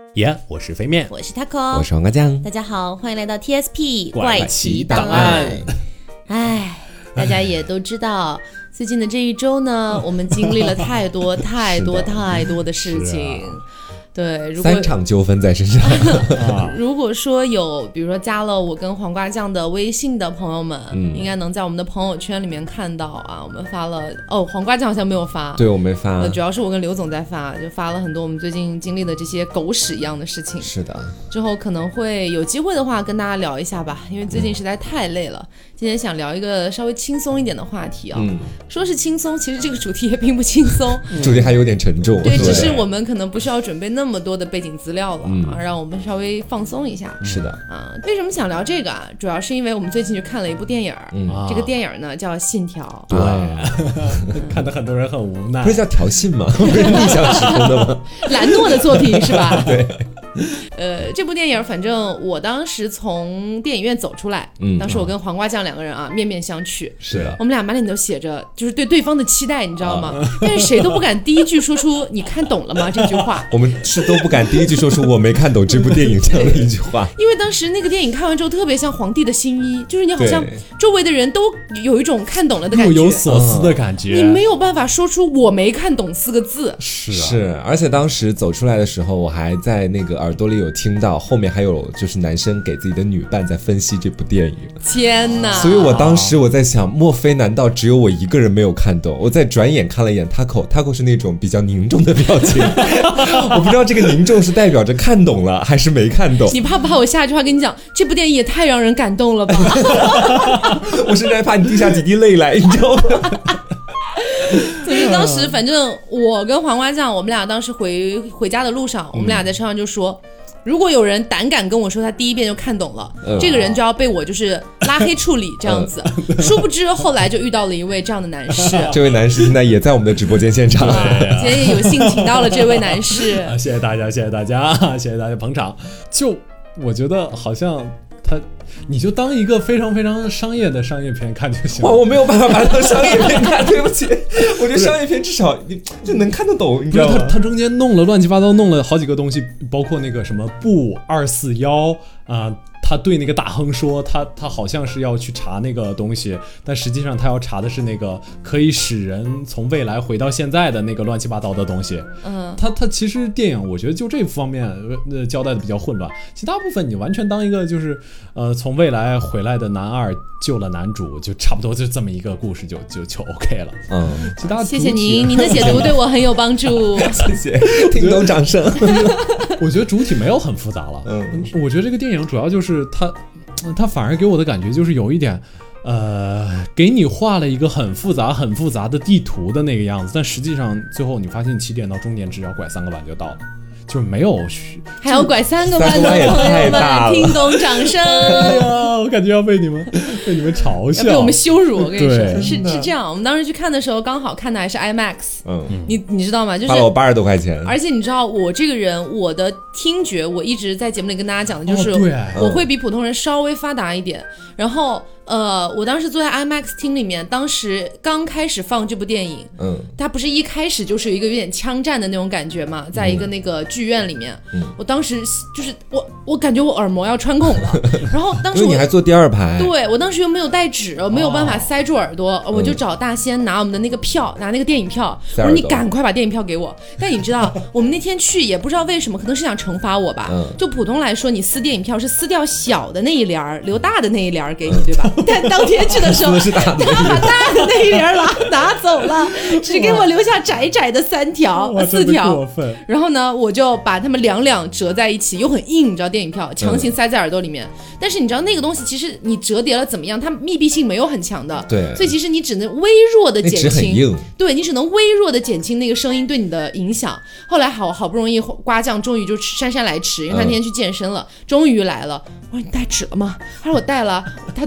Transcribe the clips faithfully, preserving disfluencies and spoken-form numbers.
耶、yeah, 我是飞面， 我是 Taco， 我是黄瓜酱。 大家好，欢迎来到 T S P 怪奇档案。 哎，大家也都知道，最近的这一周呢，我们经历了太多太多太多的事情。对，如果三场纠纷在身上。 如果说有，比如说加了我跟黄瓜酱的微信的朋友们，嗯、应该能在我们的朋友圈里面看到啊，我们发了哦，黄瓜酱好像没有发， 对我没发、 呃，主要是我跟刘总在发，就发了很多我们最近经历的这些狗屎一样的事情。 是的， 之后可能会有机会的话跟大家聊一下吧，因为最近实在太累了。嗯、今天想聊一个稍微轻松一点的话题啊、哦，嗯、说是轻松，其实这个主题也并不轻松， 主题还有点沉重。 对，只是我们可能不需要准备那么多的背景资料了、嗯、啊，让我们稍微放松一下。 是的啊，为什么想聊这个啊？主要是因为我们最近就看了一部电影，嗯、这个电影呢叫《信条》。 对，看得很多人很无奈。 不是叫调信吗？不是逆向时空的吗？ 兰诺的作品是吧？ 对。 呃，这部电影反正我当时从电影院走出来，嗯，当时我跟黄瓜酱两个人啊面面相觑， 是的， 我们俩满脸都写着就是对对方的期待，你知道吗？啊、但是谁都不敢第一句说出你看懂了吗这句话。 我们是都不敢第一句说出我没看懂这部电影这样的一句话， 因为当时那个电影看完之后特别像皇帝的新衣，就是你好像周围的人都有一种看懂了的感觉， 若有所思的感觉， 你没有办法说出我没看懂四个字。 是啊， 是，而且当时走出来的时候，我还在那个耳朵里有听到后面还有就是男生给自己的女伴在分析这部电影。 天哪！ 所以我当时我在想，莫非难道只有我一个人没有看懂？我再转眼看了一眼 Taco， Taco 是那种比较凝重的表情，我不知道这个凝重是代表着看懂了还是没看懂。 你怕不怕我下一句话跟你讲，这部电影也太让人感动了吧？ 我甚至还怕你滴下几滴泪来，你知道吗？ 所以当时反正我跟黄瓜酱，我们俩当时回回家的路上，我们俩在车上就说，如果有人胆敢跟我说他第一遍就看懂了，嗯、这个人就要被我就是拉黑处理这样子。嗯、殊不知后来就遇到了一位这样的男士， 这位男士现在也在我们的直播间现场， 今天也有幸请到了这位男士。 谢谢大家，谢谢大家，谢谢大家捧场。就我觉得好像他。你就当一个非常非常商业的商业片看就行了。 哇，我没有办法把它当商业片看，对不起。我觉得商业片至少你就能看得懂，你知道吗？ 他他中间弄了乱七八糟，弄了好几个东西，包括那个什么布二四幺啊。他对那个大亨说他他好像是要去查那个东西，但实际上他要查的是那个可以使人从未来回到现在的那个乱七八糟的东西。嗯，他他其实电影我觉得就这方面呃交代的比较混乱，其他部分你完全当一个就是呃从未来回来的男二救了男主，就差不多就这么一个故事就就就 OK 了。嗯，其他谢谢您，您的解读对我很有帮助。 谢谢，听懂掌声。 我觉得主体没有很复杂了。嗯，我觉得这个电影主要就是它，它反而给我的感觉就是有一点，呃，给你画了一个很复杂、很复杂的地图的那个样子，但实际上最后你发现起点到终点只要拐三个弯就到了。就是没有， 还要拐三个弯的朋友们，听懂掌声！ 哎呀，我感觉要被你们被你们嘲笑， 要被我们羞辱。我跟你说，是是这样。我们当时去看的时候，刚好看的还是 IMAX。嗯，你你知道吗？就是花了我八十多块钱。 而且你知道，我这个人，我的听觉，我一直在节目里跟大家讲的就是， 哦对我会比普通人稍微发达一点。然后。呃，我当时坐在 IMAX 厅里面，当时刚开始放这部电影，嗯，它不是一开始就是有一个有点枪战的那种感觉嘛，在一个那个剧院里面，嗯，我当时就是我我感觉我耳膜要穿孔了，然后当时我因为你还坐第二排， 对我当时又没有带纸，我没有办法塞住耳朵，哦、我就找大仙拿我们的那个票，拿那个电影票，我说你赶快把电影票给我。但你知道，我们那天去也不知道为什么，可能是想惩罚我吧。嗯、就普通来说，你撕电影票是撕掉小的那一帘儿，留大的那一帘儿给你，对吧？但当天去的时候，他把大的那一帘拿拿走了，只给我留下窄窄的三条、四条。然后呢，我就把它们两两折在一起，又很硬，你知道电影票强行塞在耳朵里面。嗯、但是你知道那个东西，其实你折叠了怎么样，它密闭性没有很强的。 对， 所以其实你只能微弱的减轻。 那纸很硬。对， 你只能微弱的减轻那个声音对你的影响。后来好好不容易瓜酱终于就姗姗来迟，因为他那天去健身了，嗯、终于来了。我说你带纸了吗？他说我带了。他当时好像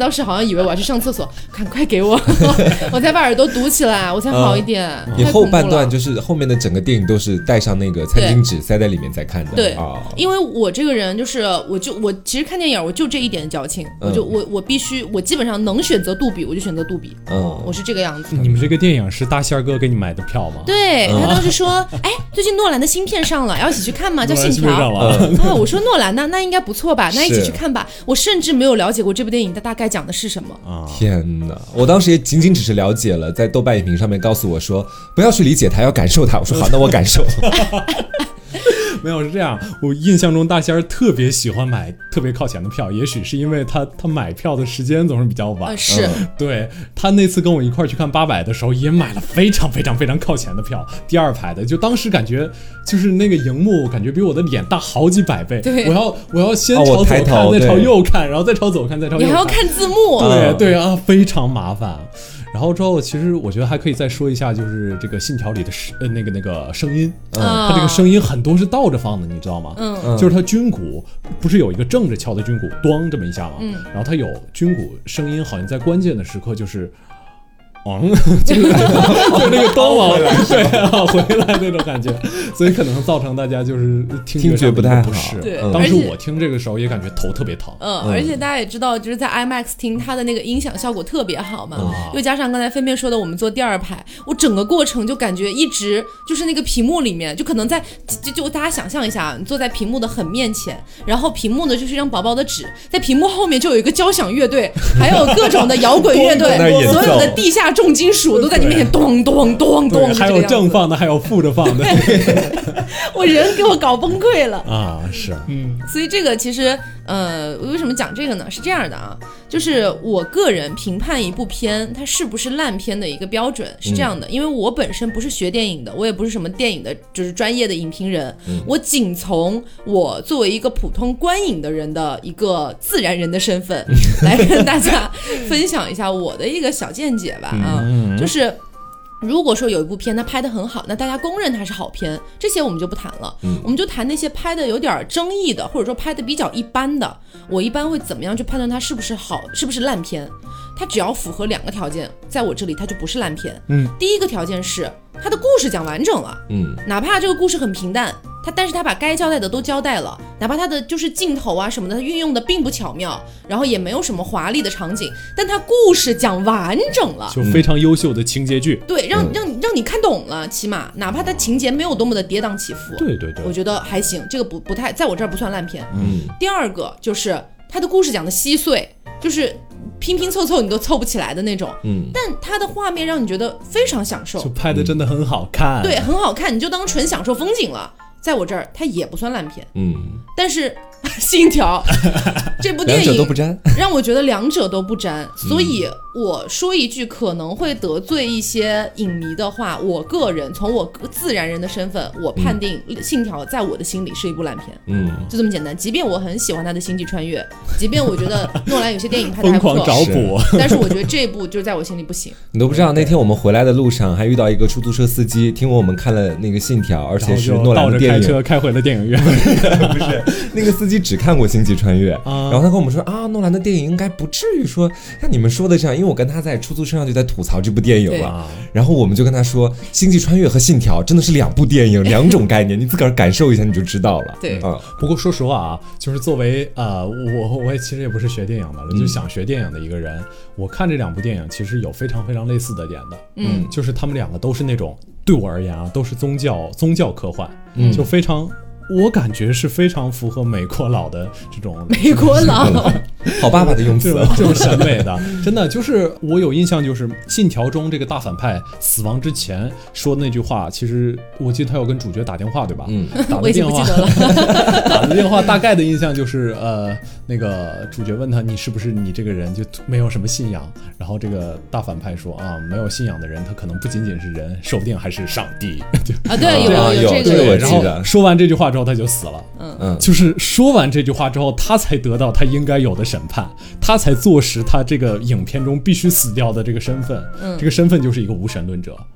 后以为我要去上厕所，赶快给我，我才把耳朵堵起来，我才好一点。 嗯、你后半段就是后面的整个电影都是带上那个餐巾纸塞在里面在看的。 对， 哦、 因为我这个人就是，我就我其实看电影我就这一点矫情，嗯、我就我我必须我基本上能选择杜比我就选择杜比，嗯，我是这个样子。 你们这个电影是大仙儿哥给你买的票吗？ 对，他当时说，哎，最近诺兰的新片上了，要一起去看吗？叫《信条》。啊，我说诺兰呢，那应该不错吧？那一起去看吧。我甚至没有了解过这部电影它大概讲的是什么。 啊、天哪！我当时也仅仅只是了解了，在豆瓣影评上面告诉我说，不要去理解它，要感受它。我说好，那我感受。 没有，是这样，我印象中大仙儿特别喜欢买特别靠前的票，也许是因为他他买票的时间总是比较晚。 呃、是， 对，他那次跟我一块去看八佰的时候，也买了非常非常非常靠前的票，第二排的，就当时感觉就是那个荧幕感觉比我的脸大好几百倍。 对， 我要我要先朝左看，哦、再朝右看，然后再朝左看，再朝右看， 你还要看字幕。 对对啊，非常麻烦。然后之后，其实我觉得还可以再说一下，就是这个信条里的呃那个那个声音，嗯，它这个声音很多是倒着放的，你知道吗？嗯，就是它军鼓不是有一个正着敲的军鼓，咣这么一下吗？嗯，然后它有军鼓声音，好像在关键的时刻就是。嗯，就是就是那个咚往对啊回来那种感觉，所以可能造成大家就是听听觉不太好。 对， 嗯、当时我听这个时候也感觉头特别疼。 嗯，而且大家也知道，就是在 IMAX 听它的那个音响效果特别好嘛，嗯、又加上刚才飞面说的，我们坐第二排，我整个过程就感觉一直就是那个屏幕里面，就可能在就就大家想象一下，你坐在屏幕的很面前，然后屏幕呢就是一张薄薄的纸，在屏幕后面就有一个交响乐队，还有各种的摇滚乐队，所有的地下重金属都在你面前咚咚咚咚， 还有正放的，还有负着放的， 我人给我搞崩溃了啊！是， 嗯，所以这个其实，呃，为什么讲这个呢？是这样的啊，就是我个人评判一部片它是不是烂片的一个标准是这样的，嗯、因为我本身不是学电影的，我也不是什么电影的，就是专业的影评人，嗯、我仅从我作为一个普通观影的人的一个自然人的身份来跟大家分享一下我的一个小见解吧啊。嗯就是如果说有一部片它拍得很好，那大家公认它是好片，这些我们就不谈了，嗯、我们就谈那些拍的有点争议的，或者说拍的比较一般的，我一般会怎么样去判断它是不是好，是不是烂片？它只要符合两个条件，在我这里它就不是烂片。嗯，第一个条件是它的故事讲完整了，嗯，哪怕这个故事很平淡，它但是它把该交代的都交代了，哪怕它的就是镜头啊什么的，它运用的并不巧妙，然后也没有什么华丽的场景，但它故事讲完整了， 就非常优秀的情节剧， 对，让让让你看懂了，起码哪怕它情节没有多么的跌宕起伏， 对对对， 我觉得还行，这个不不太在我这儿不算烂片。嗯，第二个就是它的故事讲的稀碎，就是拼拼凑凑你都凑不起来的那种，嗯，但它的画面让你觉得非常享受， 就拍的真的很好看， 对，很好看，你就当纯享受风景了。在我这儿它也不算烂片，嗯，但是信条这部电影两者都不沾， 让我觉得两者都不沾，所以我说一句可能会得罪一些影迷的话，我个人从我自然人的身份，我判定信条在我的心里是一部烂片，嗯，就这么简单。即便我很喜欢他的星际穿越，即便我觉得诺兰有些电影拍得还不错， 疯狂找补， 但是我觉得这部就在我心里不行。 你都不知道，那天我们回来的路上还遇到一个出租车司机，听我们看了那个信条，而且是诺兰的电影， 开车开回了电影院。 不是，那个司机只看过星际穿越，啊、然后他跟我们说啊，诺兰的电影应该不至于说像你们说的这样，因为我跟他在出租车上就在吐槽这部电影了，然后我们就跟他说，星际穿越和信条真的是两部电影，两种概念，你自个儿感受一下你就知道了。 对啊， 不过说实话啊，就是作为呃，我我也其实也不是学电影的，嗯、就想学电影的一个人，我看这两部电影其实有非常非常类似的点的，嗯，就是他们两个都是那种对我而言啊，都是宗教宗教科幻，嗯，就非常。我感觉是非常符合美国佬的这种美国佬好爸爸的用词， 这种审美的，真的就是我有印象，就是信条中这个大反派死亡之前说的那句话，其实我记得他有跟主角打电话，对吧？嗯，打的电话，打的电话，大概的印象就是呃，那个主角问他你是不是你这个人就没有什么信仰，然后这个大反派说啊，没有信仰的人他可能不仅仅是人，说不定还是上帝啊，对，有有有这个， 我然后说完这句话之后他就死了，嗯嗯，就是说完这句话之后，他才得到他应该有的审判，他才坐实他这个影片中必须死掉的这个身份，嗯，这个身份就是一个无神论者。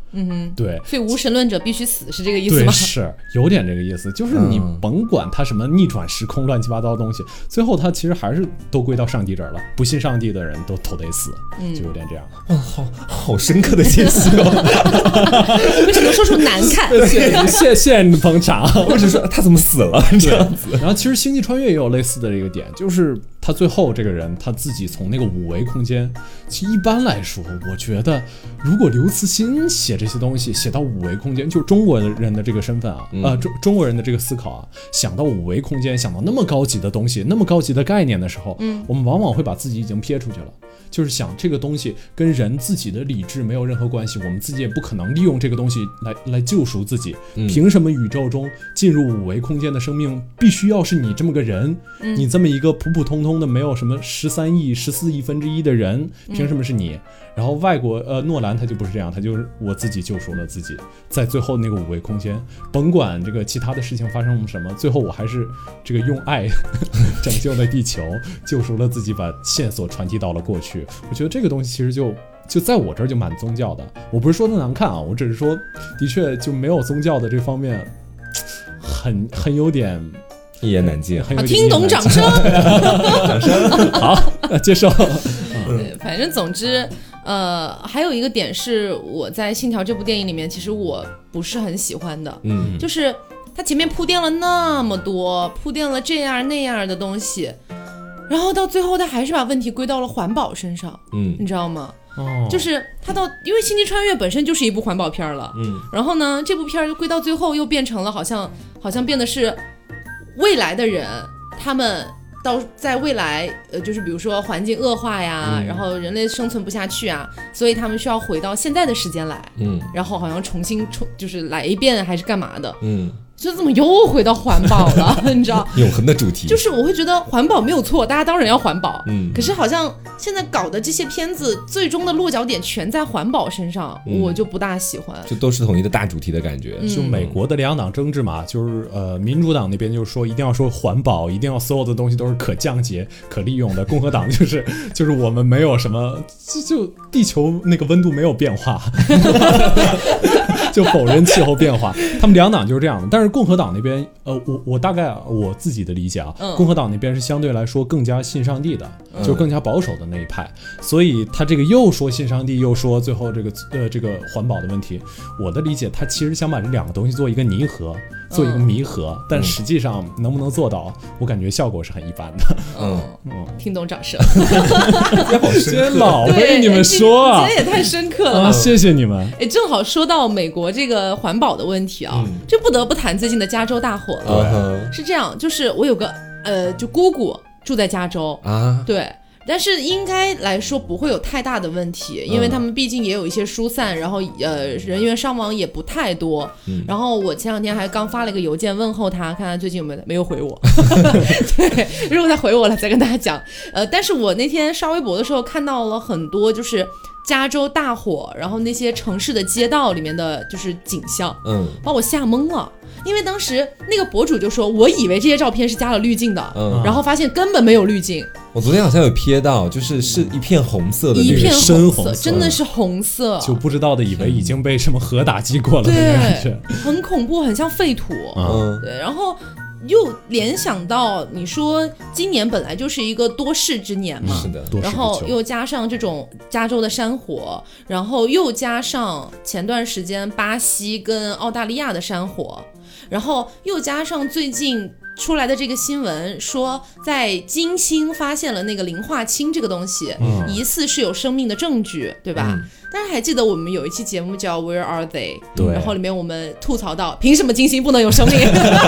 嗯哼， 对， 所以无神论者必须死，是这个意思吗？ 对，是有点这个意思，就是你甭管他什么逆转时空、乱七八糟的东西，最后他其实还是都归到上帝这儿了。不信上帝的人都都得死，嗯、就有点这样。 哇，好好深刻的解析哦！为什么说出难看？ 谢谢谢你捧场。 我只说他怎么死了这样子。 然后其实星际穿越也有类似的这个点，就是他最后这个人他自己从那个五维空间，其实一般来说，我觉得如果刘慈欣写这些东西写到五维空间，就是中国人的这个身份啊，嗯、呃中中国人的这个思考啊，想到五维空间，想到那么高级的东西，那么高级的概念的时候，嗯，我们往往会把自己已经撇出去了。就是想这个东西跟人自己的理智没有任何关系，我们自己也不可能利用这个东西来来救赎自己。嗯、凭什么宇宙中进入五维空间的生命必须要是你这么个人？嗯、你这么一个普普通通的没有什么十三亿、十四亿分之一的人，凭什么是你？嗯、然后外国呃诺兰他就不是这样，他就是我自己救赎了自己，在最后那个五维空间，甭管这个其他的事情发生什么，最后我还是这个用爱拯救了地球，救赎了自己，把线索传递到了过去。我觉得这个东西其实就就在我这儿就蛮宗教的，我不是说的难看啊，我只是说的确就没有宗教的这方面很很有点一言难尽， 啊、听懂掌声掌声好接受对，反正总之呃，还有一个点是我在《信条》这部电影里面其实我不是很喜欢的，嗯，就是它前面铺垫了那么多，铺垫了这样那样的东西，然后到最后他还是把问题归到了环保身上，嗯，你知道吗？哦，就是他到，因为《星际穿越》本身就是一部环保片了，嗯，然后呢，这部片归到最后又变成了好像好像变得是未来的人，他们到在未来，呃，就是比如说环境恶化呀，嗯、然后人类生存不下去啊，所以他们需要回到现在的时间来，嗯，然后好像重新重就是来一遍还是干嘛的，嗯。就怎么又回到环保了你知道永恒的主题， 就是我会觉得环保没有错，大家当然要环保，嗯，可是好像现在搞的这些片子最终的落脚点全在环保身上，嗯、我就不大喜欢， 就都是统一的大主题的感觉， 嗯、就美国的两党争执嘛，就是呃民主党那边就是说一定要说环保，一定要所有的东西都是可降解可利用的，共和党就是就是我们没有什么就就地球那个温度没有变化就否认气候变化，他们两党就是这样的。但是共和党那边，呃，我我大概我自己的理解啊，嗯、共和党那边是相对来说更加信上帝的，嗯、就是更加保守的那一派，所以他这个又说信上帝，又说最后这个呃这个环保的问题，我的理解，他其实想把这两个东西做一个拟合。做一个弥合，嗯、但实际上能不能做到，我感觉效果是很一般的。 嗯嗯，听懂掌声。 今天老被你们说啊， 今天也太深刻了， 啊，谢谢你们。 哎，正好说到美国这个环保的问题啊，嗯、就不得不谈最近的加州大火了。嗯、是这样，就是我有个呃，就姑姑住在加州啊，对。但是应该来说不会有太大的问题，因为他们毕竟也有一些疏散，然后呃人员伤亡也不太多。嗯、然后我前两天还刚发了一个邮件问候他，看他最近有没有没有回我。对，如果他回我了再跟大家讲。呃，但是我那天刷微博的时候看到了很多就是加州大火，然后那些城市的街道里面的就是景象，嗯，把我吓懵了。因为当时那个博主就说，我以为这些照片是加了滤镜的，嗯，然后发现根本没有滤镜。 我昨天好像有瞥到，就是是一片红色的， 一片深红色， 真的是红色， 就不知道的以为已经被什么核打击过了，对， 很恐怖，很像废土，嗯，对，然后。又联想到你说今年本来就是一个多事之年嘛， 是的， 然后又加上这种加州的山火，然后又加上前段时间巴西跟澳大利亚的山火，然后又加上最近出来的这个新闻说在金星发现了那个磷化氢这个东西，嗯、疑似是有生命的证据，对吧？嗯，大家还记得我们有一期节目叫 Where Are They？ 对，然后里面我们吐槽到凭什么金星不能有生命？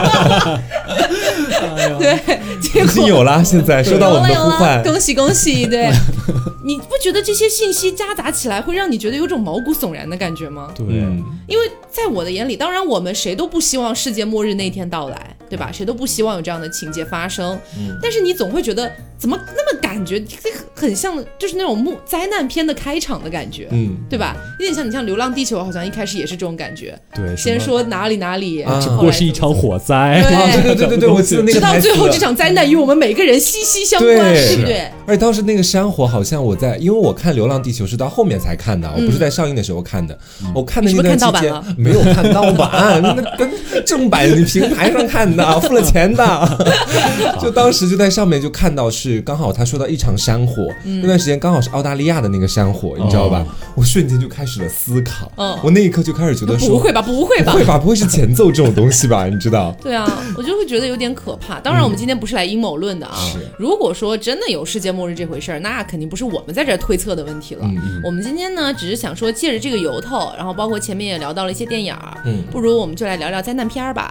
对，结果有啦，现在收到我们的呼唤， 恭喜恭喜！对，你不觉得这些信息夹杂起来会让你觉得有种毛骨悚然的感觉吗？ 对， 因为在我的眼里，当然我们谁都不希望世界末日那天到来，对吧？谁都不希望有这样的情节发生，嗯、但是你总会觉得怎么那么感觉很像就是那种灾难片的开场的感觉，嗯，对吧？有点像你像《流浪地球》，好像一开始也是这种感觉，对，先说哪里哪里， 啊、只不过是一场火灾， 对对对对对，我直到最后这场灾难与我们每个人息息相关，对不对？ 而且当时那个山火，好像我在，因为我看《流浪地球》是到后面才看的，我不是在上映的时候看的。嗯、我看的那段期间没有看盗版，那跟正版平台上看的，付了钱的。就当时就在上面就看到是刚好他说到一场山火，嗯、那段时间刚好是澳大利亚的那个山火，你知道吧？哦、我瞬间就开始了思考，哦、我那一刻就开始觉得说不会吧，不会吧， 不会吧，不会是前奏这种东西吧？你知道？ 对啊，我就会觉得有点可怕。当然，我们今天不是来阴谋论的啊。嗯、如果说真的有世界末日这回事儿，那肯定不是我们在这推测的问题了。嗯嗯、我们今天呢，只是想说借着这个由头，然后包括前面也聊到了一些电影，嗯，不如我们就来聊聊灾难片吧。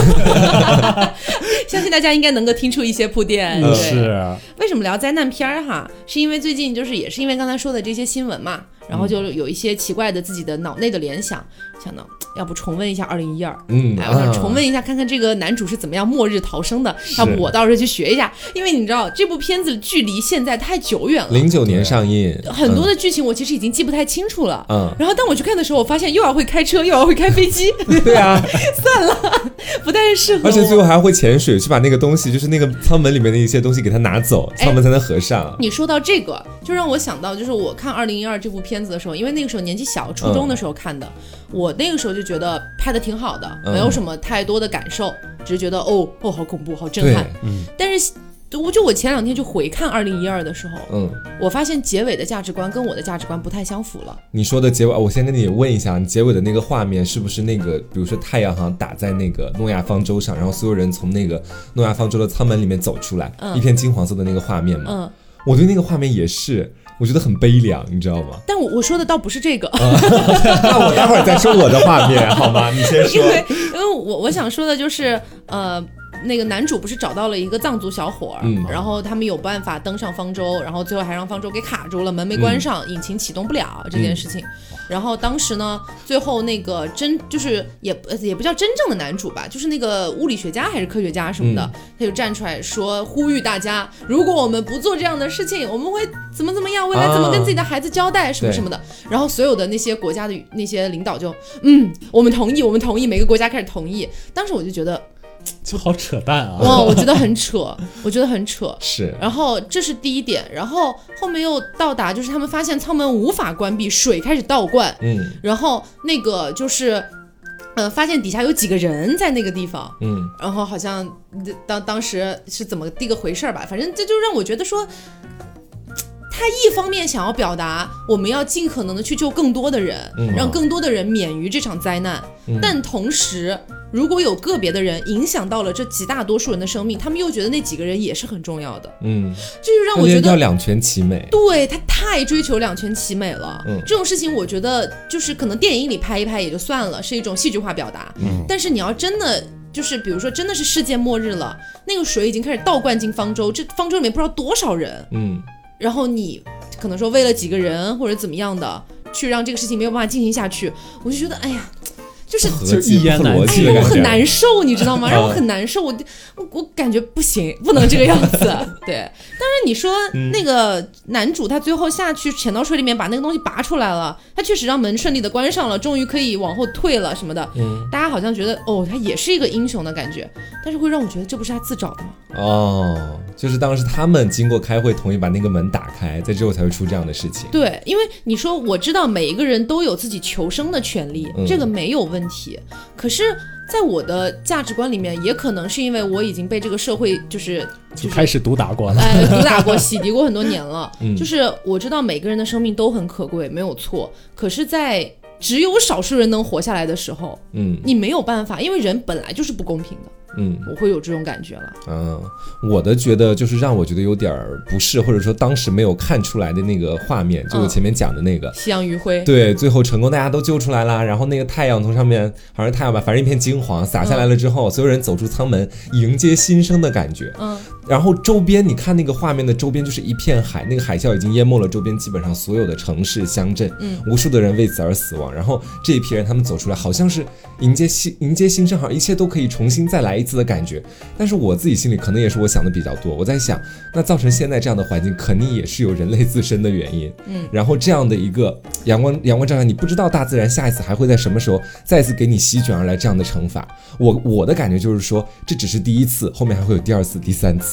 相信大家应该能够听出一些铺垫。 嗯、是。 为什么聊灾难片哈？是因为最近就是也是因为刚才说的这些新闻嘛。然后就有一些奇怪的自己的脑内的联想，想到要不重温一下二零一二，嗯，哎，我想重温一下看看这个男主是怎么样末日逃生的，要不我到时候去学一下，因为你知道这部片子距离现在太久远了， 零九年上映， 很多的剧情我其实已经记不太清楚了，嗯，然后当我去看的时候，我发现又要会开车，又要会开飞机， 对啊， 算了，不太适合我， 而且最后还会潜水去把那个东西，就是那个舱门里面的一些东西给它拿走，舱门才能合上。 哎、你说到这个，就让我想到，就是我看二零一二这部片子的时候，因为那个时候年纪小，初中的时候看的，嗯、我那个时候就觉得拍的挺好的，嗯、没有什么太多的感受，只是觉得哦哦好恐怖，好震撼。嗯、但是我就我前两天就回看二零一二的时候，嗯，我发现结尾的价值观跟我的价值观不太相符了。 你说的结尾，我先跟你问一下，你结尾的那个画面是不是那个，比如说太阳好像打在那个诺亚方舟上，然后所有人从那个诺亚方舟的舱门里面走出来，嗯、一片金黄色的那个画面吗？嗯，我对那个画面也是。我觉得很悲凉，你知道吗？ 但我我说的倒不是这个， 啊、那我待会儿再说我的画面好吗？你先说。 因为因为我我想说的就是呃。那个男主不是找到了一个藏族小伙，嗯、然后他们有办法登上方舟，然后最后还让方舟给卡住了，门没关上，嗯、引擎启动不了这件事情。嗯、然后当时呢，最后那个真就是也也不叫真正的男主吧，就是那个物理学家还是科学家什么的，嗯、他就站出来说呼吁大家，如果我们不做这样的事情，我们会怎么怎么样，未来怎么跟自己的孩子交代，啊、什么什么的。然后所有的那些国家的那些领导就嗯，我们同意，我们同意，每个国家开始同意。当时我就觉得。 就好扯淡啊！ 哇，我觉得很扯，我觉得很扯。 是。 然后这是第一点，然后后面又到达，就是他们发现舱门无法关闭，水开始倒灌。嗯。然后那个就是，呃，发现底下有几个人在那个地方。嗯。然后好像当当时是怎么第个回事吧？反正这就让我觉得说。他一方面想要表达我们要尽可能的去救更多的人，嗯、让更多的人免于这场灾难，嗯、但同时如果有个别的人影响到了这极大多数人的生命，他们又觉得那几个人也是很重要的，嗯，这就让我觉得要两全其美。 对，他太追求两全其美了，嗯、这种事情我觉得就是可能电影里拍一拍也就算了，是一种戏剧化表达，嗯、但是你要真的就是比如说真的是世界末日了，那个水已经开始倒灌进方舟，这方舟里面不知道多少人，嗯。然后你可能说为了几个人或者怎么样的去让这个事情没有办法进行下去，我就觉得哎呀，就是就一言难尽， 让我很难受，你知道吗？让我很难受，我我我感觉不行，不能这个样子。对，当然你说、嗯、那个男主他最后下去潜到水里面把那个东西拔出来了，他确实让门顺利的关上了，终于可以往后退了什么的。嗯，大家好像觉得哦，他也是一个英雄的感觉，但是会让我觉得这不是他自找的吗？ 哦，就是当时他们经过开会同意把那个门打开，在之后才会出这样的事情。 对，因为你说我知道每一个人都有自己求生的权利，嗯、这个没有问题。可是，在我的价值观里面，也可能是因为我已经被这个社会就是就开始毒打过了， 哎，毒打过、洗涤过很多年了。嗯、就是我知道每个人的生命都很可贵，没有错。可是，在只有少数人能活下来的时候，嗯，你没有办法，因为人本来就是不公平的。嗯，我会有这种感觉了。 嗯，我的觉得就是让我觉得有点不适，或者说当时没有看出来的那个画面，就我前面讲的那个、 嗯、夕阳余晖。 对，最后成功大家都救出来了，然后那个太阳从上面好像是太阳吧，反正一片金黄洒下来了之后，嗯、所有人走出舱门迎接新生的感觉。嗯，然后周边你看那个画面的周边就是一片海，那个海啸已经淹没了周边基本上所有的城市乡镇，嗯，无数的人为此而死亡。然后这一批人他们走出来，好像是迎接新迎接新生，好像一切都可以重新再来一次的感觉。但是我自己心里可能也是我想的比较多，我在想，那造成现在这样的环境，肯定也是有人类自身的原因。嗯，然后这样的一个阳光阳光照下，你不知道大自然下一次还会在什么时候再次给你席卷而来这样的惩罚。我我的感觉就是说，这只是第一次，后面还会有第二次、第三次。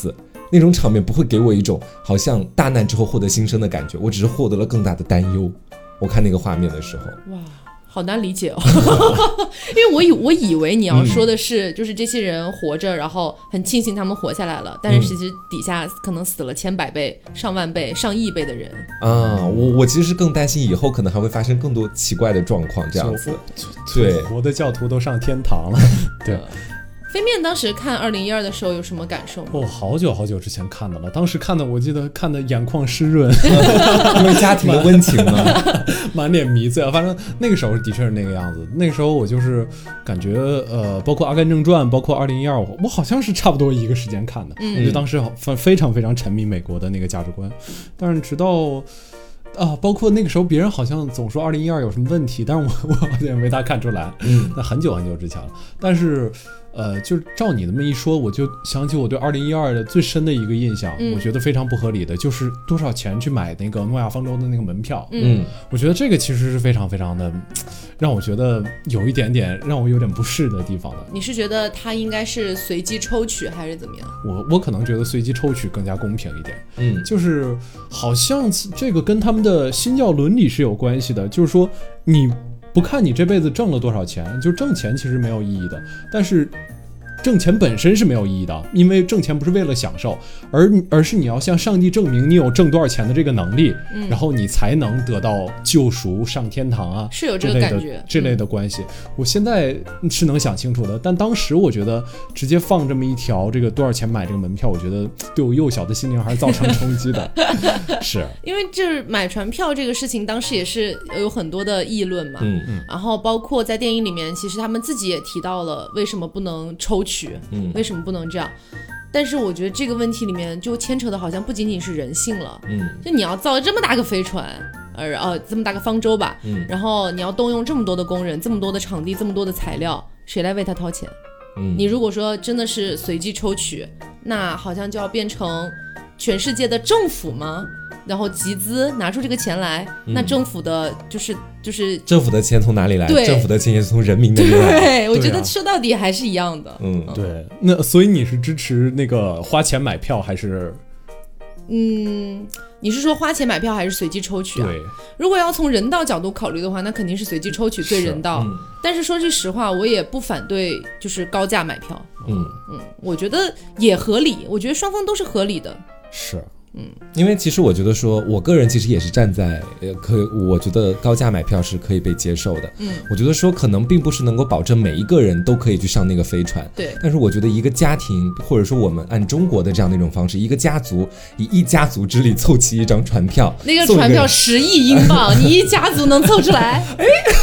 那种场面不会给我一种好像大难之后获得新生的感觉，我只是获得了更大的担忧。我看那个画面的时候， 哇，好难理解哦，因为我以我以为你要说的是，就是这些人活着，然后很庆幸他们活下来了，但是其实底下可能死了千百倍、上万倍、上亿倍的人啊。我我其实是更担心以后可能还会发生更多奇怪的状况，这样子。对， 活的教徒都上天堂了，对。 飞面当时看二零一二的时候有什么感受吗？ 哦，好久好久之前看的了，当时看的我记得看的眼眶湿润， 因为家庭的温情嘛， 满脸迷醉啊。反正那个时候的确是那个样子。那个时候我就是感觉呃，包括《阿甘正传》，包括二零一二，我好像是差不多一个时间看的。嗯，就当时非常非常沉迷美国的那个价值观，但是直到。啊，包括那个时候，别人好像总说二零一二有什么问题，但是我我好像也没大看出来。嗯，那很久很久之前了。但是，呃，就是照你这么一说，我就想起我对二零一二的最深的一个印象，嗯、我觉得非常不合理的，就是多少钱去买那个诺亚方舟的那个门票。嗯，我觉得这个其实是非常非常的，让我觉得有一点点让我有点不适的地方的。 你是觉得它应该是随机抽取还是怎么样？ 我我可能觉得随机抽取更加公平一点。嗯，就是好像这个跟他们的的新教伦理是有关系的，就是说你不看你这辈子挣了多少钱，就挣钱其实没有意义的，但是挣钱本身是没有意义的，因为挣钱不是为了享受，而而是你要向上帝证明你有挣多少钱的这个能力，嗯、然后你才能得到救赎、上天堂啊， 是有这个感觉， 这类的关系。嗯、我现在是能想清楚的，但当时我觉得直接放这么一条，这个多少钱买这个门票，我觉得对我幼小的心灵还是造成冲击的。是因为就是买船票这个事情，当时也是有很多的议论嘛，嗯嗯，然后包括在电影里面，其实他们自己也提到了为什么不能抽。嗯，为什么不能这样？但是我觉得这个问题里面就牵扯的好像不仅仅是人性了，嗯，就你要造这么大个飞船，呃呃这么大个方舟吧，嗯，然后你要动用这么多的工人、这么多的场地、这么多的材料，谁来为他掏钱？嗯，你如果说真的是随机抽取，那好像就要变成全世界的政府吗？然后集资拿出这个钱来，嗯、那政府的就是就是政府的钱从哪里来？政府的钱也是从人民那里来。 对，我觉得说到底还是一样的。 嗯，对。那所以你是支持那个花钱买票还是？ 嗯，你是说花钱买票还是随机抽取啊？ 对。 如果要从人道角度考虑的话，那肯定是随机抽取最人道。嗯、但是说句实话，我也不反对就是高价买票。嗯嗯，我觉得也合理，我觉得双方都是合理的。 是。 嗯，因为其实我觉得说，我个人其实也是站在呃，可我觉得高价买票是可以被接受的。嗯，我觉得说可能并不是能够保证每一个人都可以去上那个飞船。 对， 但是我觉得一个家庭，或者说我们按中国的这样的一种方式，一个家族以一家族之力凑齐一张船票， 那个船票十亿英镑，你一家族能凑出来？哎，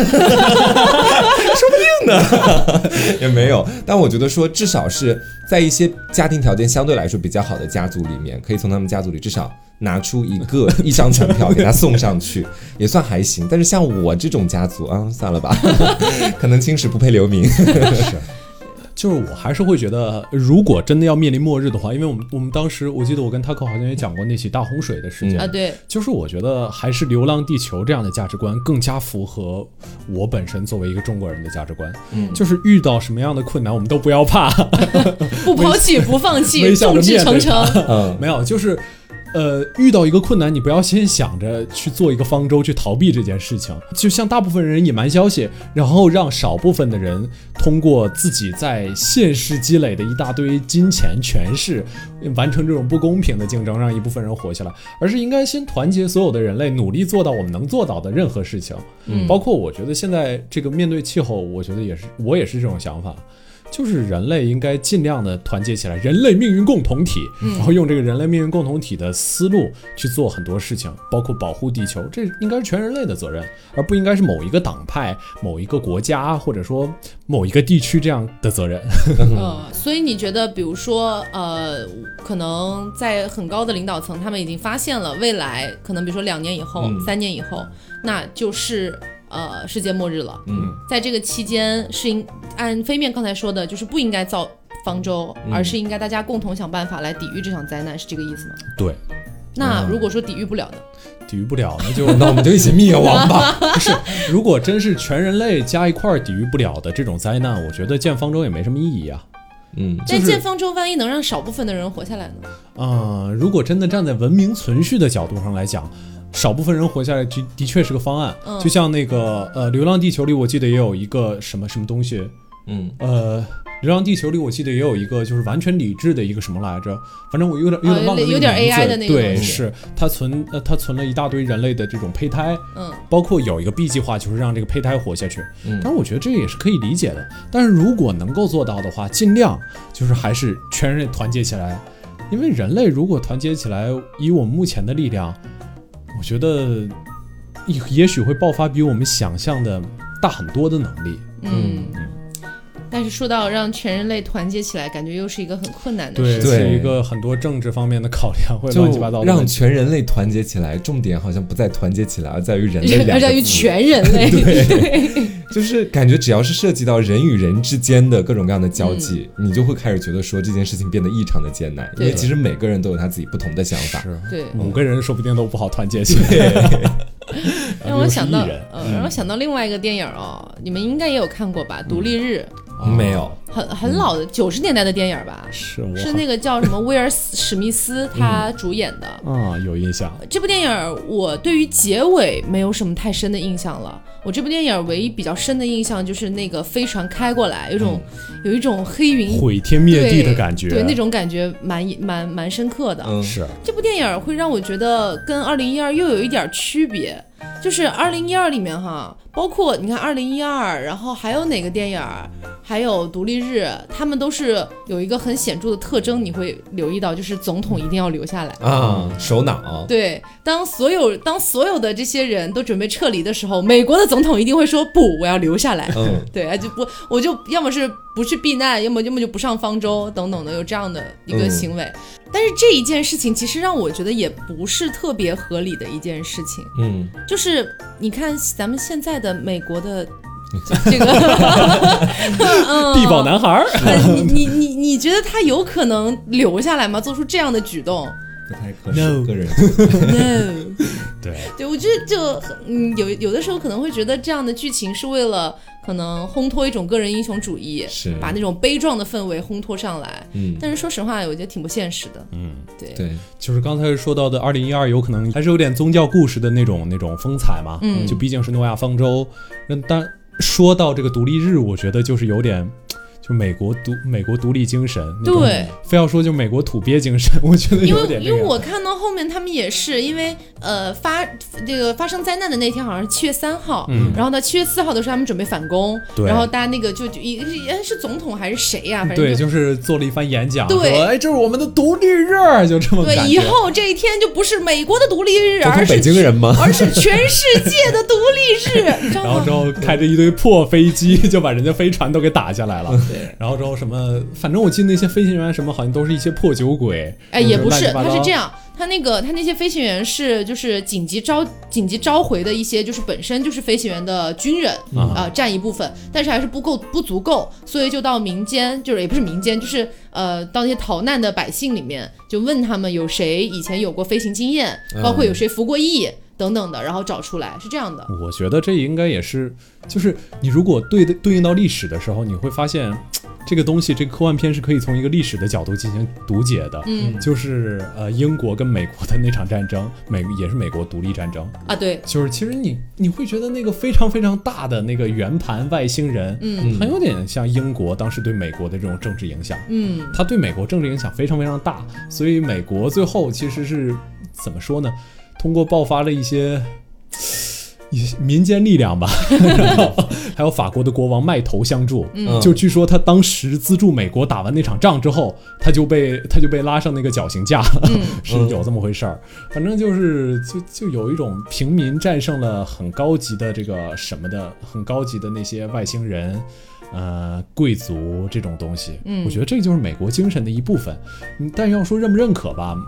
说不定呢，也没有。但我觉得说，至少是在一些家庭条件相对来说比较好的家族里面，可以从他们家族里至少拿出一个一张船票给他送上去，也算还行。但是像我这种家族啊，算了吧，可能青史不配留名。 是。就是我还是会觉得，如果真的要面临末日的话，因为我们我们当时我记得我跟Taco好像也讲过那起大洪水的事件、 嗯、啊，对， 就是我觉得还是《流浪地球》这样的价值观更加符合我本身作为一个中国人的价值观。嗯，就是遇到什么样的困难我们都不要怕， 不抛弃不放弃，众志成城。 嗯，没有，就是。呃，遇到一个困难，你不要先想着去做一个方舟去逃避这件事情，就像大部分人隐瞒消息，然后让少部分的人通过自己在现世积累的一大堆金钱权势，完成这种不公平的竞争，让一部分人活下来，而是应该先团结所有的人类，努力做到我们能做到的任何事情。嗯，包括我觉得现在这个面对气候，我觉得也是，我也是这种想法。就是人类应该尽量的团结起来，人类命运共同体、嗯、然后用这个人类命运共同体的思路去做很多事情，包括保护地球，这应该是全人类的责任，而不应该是某一个党派、某一个国家或者说某一个地区这样的责任。 呃，所以你觉得比如说呃，可能在很高的领导层他们已经发现了未来可能比如说两年以后、嗯、三年以后，那就是呃，世界末日了。嗯，在这个期间是应按飞面刚才说的，就是不应该造方舟、嗯，而是应该大家共同想办法来抵御这场灾难，是这个意思吗？ 对。 那如果说抵御不了呢？ 抵御不了，那就那我们就一起灭亡吧。 不是，如果真是全人类加一块抵御不了的这种灾难，我觉得建方舟也没什么意义啊。 嗯， 但建方舟万一能让少部分的人活下来呢？ 啊、呃，如果真的站在文明存续的角度上来讲，少部分人活下来的的确是个方案。嗯、就像那个呃，《流浪地球》里，我记得也有一个什么什么东西， 嗯， 呃。流浪地球里我记得也有一个就是完全理智的一个什么来着，反正我有点有点忘了那个名字、 哦、有点 A I 的那个对，是他存呃他存了一大堆人类的这种胚胎， 嗯， 包括有一个 B 计划就是让这个胚胎活下去，嗯，但是我觉得这也是可以理解的。但是如果能够做到的话，尽量就是还是全人类团结起来，因为人类如果团结起来，以我们目前的力量，我觉得也许会爆发比我们想象的大很多的能力， 嗯。嗯，但是说到让全人类团结起来，感觉又是一个很困难的事情，对，是一个很多政治方面的考量，会乱七八糟的。 让全人类团结起来，重点好像不在团结起来，而在于人类两个字， 而在于全人类。 对，对就是感觉只要是涉及到人与人之间的各种各样的交际，嗯、你就会开始觉得说这件事情变得异常的艰难，因为其实每个人都有他自己不同的想法。 是， 对， 五个人说不定都不好团结起来。 让我想到，呃，让我想到另外一个电影哦，你们应该也有看过吧，《独立日》。 哦、没有， 很很老的九十、嗯、年代的电影吧， 是是那个叫什么威尔史密斯他主演的、 嗯、啊，有印象。 这部电影我对于结尾没有什么太深的印象了，我这部电影唯一比较深的印象就是那个飞船开过来，有种、嗯、有一种黑云毁天灭地的感觉， 对，对那种感觉蛮蛮蛮深刻的。 嗯， 是这部电影会让我觉得跟二零一二又有一点区别。就是二零一二里面哈，包括你看二零一二，然后还有哪个电影，还有独立日，他们都是有一个很显著的特征，你会留意到，就是总统一定要留下来啊，首脑。 对，当所有当所有的这些人都准备撤离的时候，美国的总统一定会说不，我要留下来。 嗯， 对，就不我就要么是不去避难，要么要么就不上方舟等等的，有这样的一个行为。嗯，但是这一件事情其实让我觉得也不是特别合理的一件事情。 嗯， 就是你看咱们现在的美国的这个地保男孩， 你你你你觉得他有可能留下来吗？做出这样的举动？ 不太可能。 No. 个人 no 对对，我觉得就嗯有有的时候可能会觉得这样的剧情是为了可能烘托一种个人英雄主义， 是把那种悲壮的氛围烘托上来。 嗯， 但是说实话，我觉得挺不现实的。 嗯， 对对， 就是刚才说到的二零一二，有可能还是有点宗教故事的那种那种风采嘛。 嗯， 就毕竟是诺亚方舟。但说到这个独立日，我觉得就是有点。就美国独美国独立精神， 对， 非要说就美国土鳖精神，我觉得有点因为因为我看到后面他们也是因为呃发这个发生灾难的那天好像是七月三号， 嗯， 然后到七月四号的时候他们准备反攻， 对， 然后大家那个就就一是总统还是谁呀、啊？反正对，就是做了一番演讲， 对， 说哎这是我们的独立日，就这么感觉。 对，以后这一天就不是美国的独立日，而是北京人吗？ 而是全世界的独立日。 然后之后开着一堆破飞机就把人家飞船都给打下来了， 对， 然后之后什么。呃，反正我记得那些飞行员什么好像都是一些破酒鬼， 哎，也不是，他是这样，他那个他那些飞行员是就是紧急招紧急召回的一些，就是本身就是飞行员的军人啊、呃，占一部分，但是还是不够不足够，所以就到民间，就是也不是民间，就是呃到那些逃难的百姓里面，就问他们有谁以前有过飞行经验，包括有谁服过役。等等的，然后找出来是这样的。 我觉得这应该也是，就是你如果对对应到历史的时候，你会发现这个东西，这个科幻片是可以从一个历史的角度进行读解的。 嗯， 就是呃英国跟美国的那场战争，美也是美国独立战争啊，对， 就是其实你你会觉得那个非常非常大的那个圆盘外星人， 嗯， 很有点像英国当时对美国的这种政治影响。 嗯， 他对美国政治影响非常非常大，所以美国最后其实是怎么说呢？通过爆发了一些民间力量吧，然后还有法国的国王卖头相助， 嗯， 就据说他当时资助美国打完那场仗之后，他就被他就被拉上那个绞刑架了， 嗯， 是有这么回事儿。反正就是就就有一种平民战胜了很高级的这个什么的，很高级的那些外星人。呃，贵族这种东西， 嗯， 我觉得这就是美国精神的一部分。但要说认不认可吧，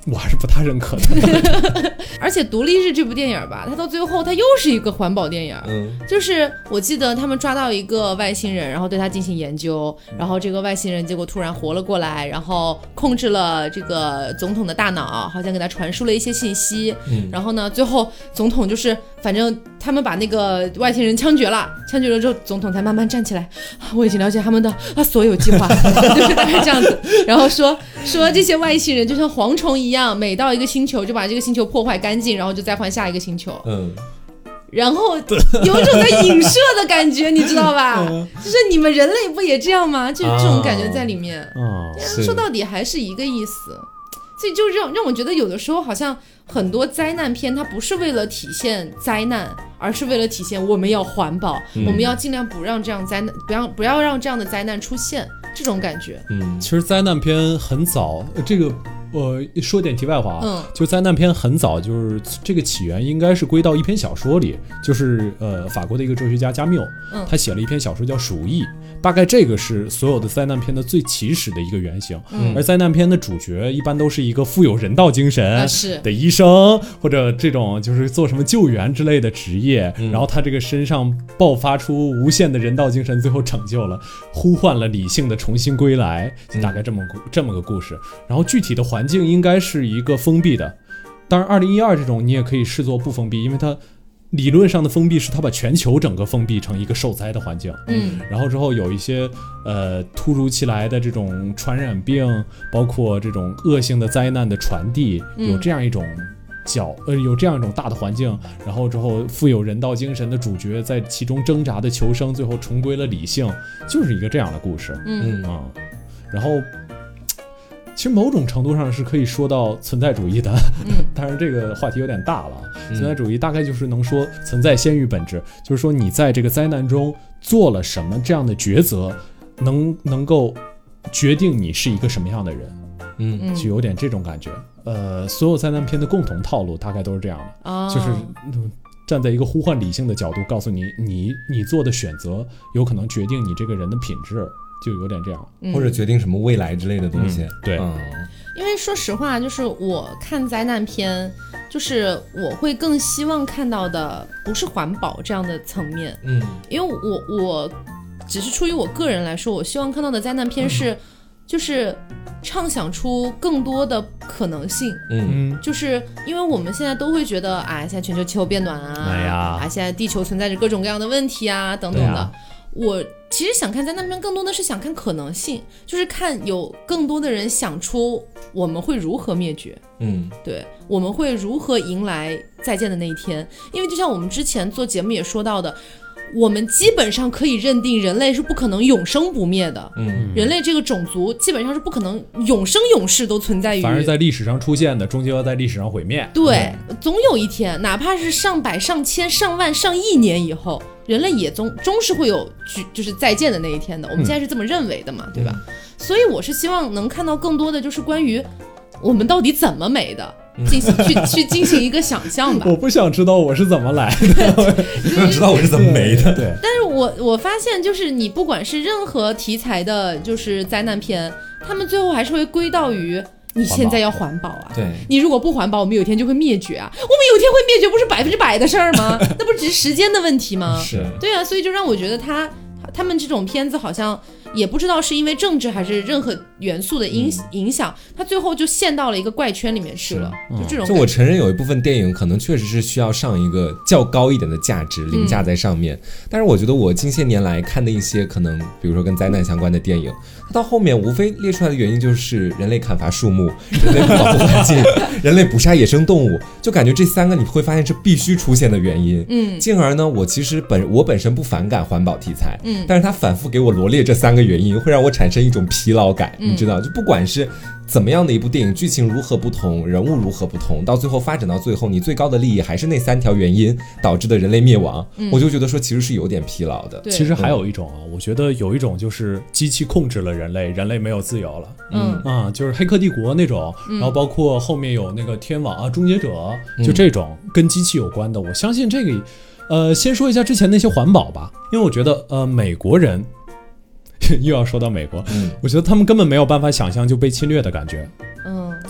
我还是不太认可的。 而且独立日这部电影吧，它到最后它又是一个环保电影，嗯，就是我记得他们抓到一个外星人，然后对他进行研究，然后这个外星人结果突然活了过来，然后控制了这个总统的大脑，好像给他传输了一些信息，嗯，然后呢最后总统就是反正他们把那个外星人枪决了，枪决了之后总统才慢慢站起来，我已经了解他们的啊所有计划，就是大概这样子，然后说说这些外星人就像蝗虫一样，每到一个星球就把这个星球破坏干净，然后就再换下一个星球，嗯，然后有一种在影射的感觉，你知道吧？就是你们人类不也这样吗？就是这种感觉在里面，啊，说到底还是一个意思。所以就让让我觉得有的时候好像很多灾难片它不是为了体现灾难，而是为了体现我们要环保，嗯，我们要尽量不让这样灾难不要不要让这样的灾难出现，这种感觉。嗯， 其实灾难片很早，这个呃说点题外话，嗯，就灾难片很早，就是这个起源应该是归到一篇小说里，就是呃法国的一个哲学家加缪，嗯，他写了一篇小说叫《鼠疫》。大概这个是所有的灾难片的最起始的一个原型，嗯，而灾难片的主角一般都是一个富有人道精神的医生，啊，或者这种就是做什么救援之类的职业，嗯，然后他这个身上爆发出无限的人道精神，最后拯救了，呼唤了理性的重新归来，就大概这么，嗯，这么个故事。然后具体的环境应该是一个封闭的，当然二零一二这种你也可以视作不封闭，因为它理论上的封闭是它把全球整个封闭成一个受灾的环境，嗯，然后之后有一些呃突如其来的这种传染病，包括这种恶性的灾难的传递，有这样一种角呃有这样一种大的环境，然后之后富有人道精神的主角在其中挣扎的求生，最后重归了理性，就是一个这样的故事，嗯啊，然后。其实某种程度上是可以说到存在主义的，嗯，当然这个话题有点大了。嗯，存在主义大概就是能说存在先于本质，就是说你在这个灾难中做了什么这样的抉择，能能够决定你是一个什么样的人，嗯，就有点这种感觉。呃，所有灾难片的共同套路大概都是这样的，哦，就是站在一个呼唤理性的角度，告诉你你你做的选择有可能决定你这个人的品质。就有点这样， 或者决定什么未来之类的东西， 嗯，对， 嗯， 因为说实话，就是我看灾难片，就是我会更希望看到的不是环保这样的层面，嗯，因为我我只是出于我个人来说，我希望看到的灾难片是，嗯，就是畅想出更多的可能性，嗯，就是因为我们现在都会觉得，哎，现在全球气候变暖啊，哎呀，啊，现在地球存在着各种各样的问题啊，等等的。我其实想看灾难片，更多的是想看可能性，就是看有更多的人想出我们会如何灭绝，嗯，对，我们会如何迎来再见的那一天。因为就像我们之前做节目也说到的，我们基本上可以认定人类是不可能永生不灭的，嗯，人类这个种族基本上是不可能永生永世都存在于， 反而在历史上出现的，终究要在历史上毁灭。 对，嗯，总有一天，哪怕是上百、上千、上万、上亿年以后，人类也终终是会有就是再见的那一天的。我们现在是这么认为的嘛，嗯，对吧？所以我是希望能看到更多的就是关于我们到底怎么没的。进行去去进行一个想象吧。 我不想知道我是怎么来的， 不想知道我是怎么没的。 对， 但是我我发现就是你不管是任何题材的，就是灾难片，他们最后还是会归到于你现在要环保啊。 对， 你如果不环保，我们有一天就会灭绝啊。我们有一天会灭绝，不是百分之百的事儿吗？那不只是时间的问题吗？ 是， 对啊，所以就让我觉得他他们这种片子好像。也不知道是因为政治还是任何元素的影、嗯、影响，他最后就陷到了一个怪圈里面去了，就这种。 就我承认有一部分电影可能确实是需要上一个较高一点的价值凌驾在上面、嗯，但是我觉得我近些年来看的一些可能，比如说跟灾难相关的电影，它到后面无非列出来的原因就是人类砍伐树木、人类不保护环境、人类捕杀野生动物，就感觉这三个你会发现是必须出现的原因。嗯，进而呢，我其实本我本身不反感环保题材，嗯，但是他反复给我罗列这三个原因，会让我产生一种疲劳感，你知道，就不管是怎么样的一部电影，剧情如何不同，人物如何不同，到最后发展到最后，你最高的利益还是那三条原因导致的人类灭亡、嗯、我就觉得说其实是有点疲劳的。 其实还有一种啊，我觉得有一种就是机器控制了人类，人类没有自由了。嗯啊，就是黑客帝国那种、嗯、然后包括后面有那个天网啊、终结者，就这种跟机器有关的、嗯、我相信这个呃，先说一下之前那些环保吧，因为我觉得呃，美国人又要说到美国、嗯、我觉得他们根本没有办法想象就被侵略的感觉。嗯，